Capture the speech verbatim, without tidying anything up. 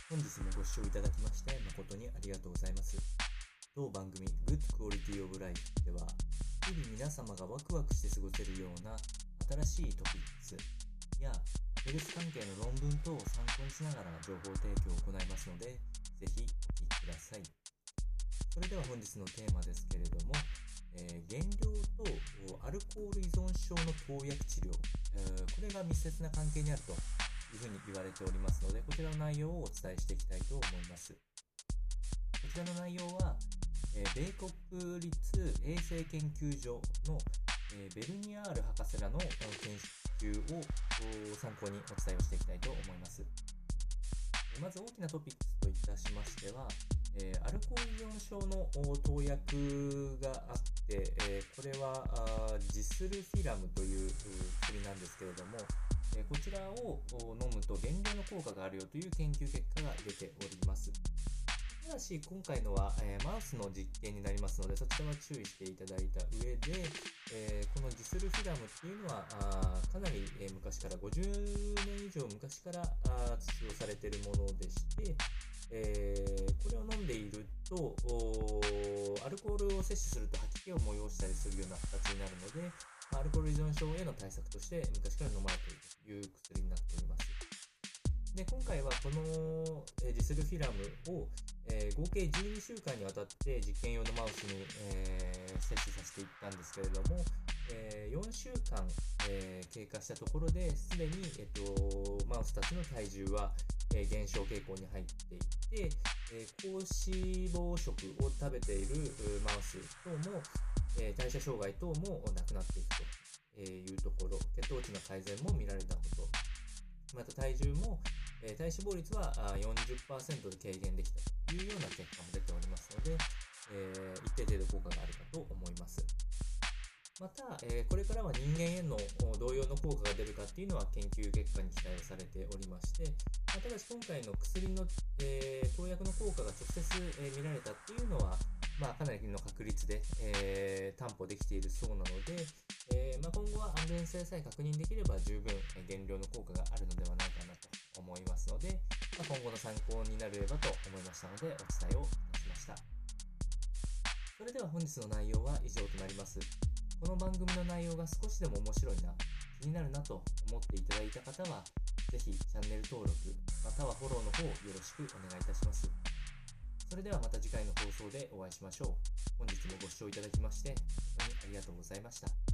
本日もご視聴いただきまして誠にありがとうございます。当番組 Good Quality of Life では、日々皆様がワクワクして過ごせるような新しいトピックスやヘルス関係の論文等を参考にしながら情報提供を行いますので、ぜひお聞きください。それでは本日のテーマですけれども、えー、減量とアルコール依存症の投薬治療、えー、これが密接な関係にあるというふうに言われておりますので、こちらの内容をお伝えしていきたいと思います。こちらの内容は、えー、米国立衛生研究所の、えー、ベルニアール博士らの研究を参考にお伝えをしていきたいと思います。まず大きなトピックスといたしましては、えー、アルコール依存症の投薬があって、えー、これはジスルフィラムという薬なんですけれども、えー、こちらを飲むと減量の効果があるよという研究結果が出ております。ただし今回のは、えー、マウスの実験になりますので、そちらは注意していただいた上で、えー、このジスルフィラムっていうのはあかなり、えー、昔からごじゅうねん以上昔からあ使用されているものでして、えー、これを飲んでいるとアルコールを摂取すると吐き気を催したりするような形になるので、アルコール依存症への対策として昔から飲まれているという薬になっております。で今回はこの、えー、ジスルフィラムを、えー、合計じゅうにしゅうかんにわたって実験用のマウスに、えー、摂取させていったんですけれども、えー、よんしゅうかん、えー、経過したところですでに、えー、とマウスたちの体重は、えー、減少傾向に入っていって、えー、高脂肪食を食べているマウス等も、えー、代謝障害等もなくなっていくというところ、血糖値の改善も見られたこと、また体重も、えー、体脂肪率は よんじゅっパーセント で軽減できたというような結果も出ておりますので、えー、一定程度効果があるかと思います。また、えー、これからは人間への同様の効果が出るかっていうのは研究結果に期待されておりまして、まあ、ただし今回の薬の、えー、投薬の効果が直接、えー、見られたっていうのは、まあ、かなりの確率で、えー、担保できているそうなので、えーまあ、今後は安全性さえ確認できれば十分減量の効果があるのではないかなと思いますので、まあ、今後の参考になればと思いましたのでお伝えをいたしました。それでは本日の内容は以上となります。この番組の内容が少しでも面白いな、気になるなと思っていただいた方は、ぜひチャンネル登録、またはフォローの方よろしくお願いいたします。それではまた次回の放送でお会いしましょう。本日もご視聴いただきまして、本当にありがとうございました。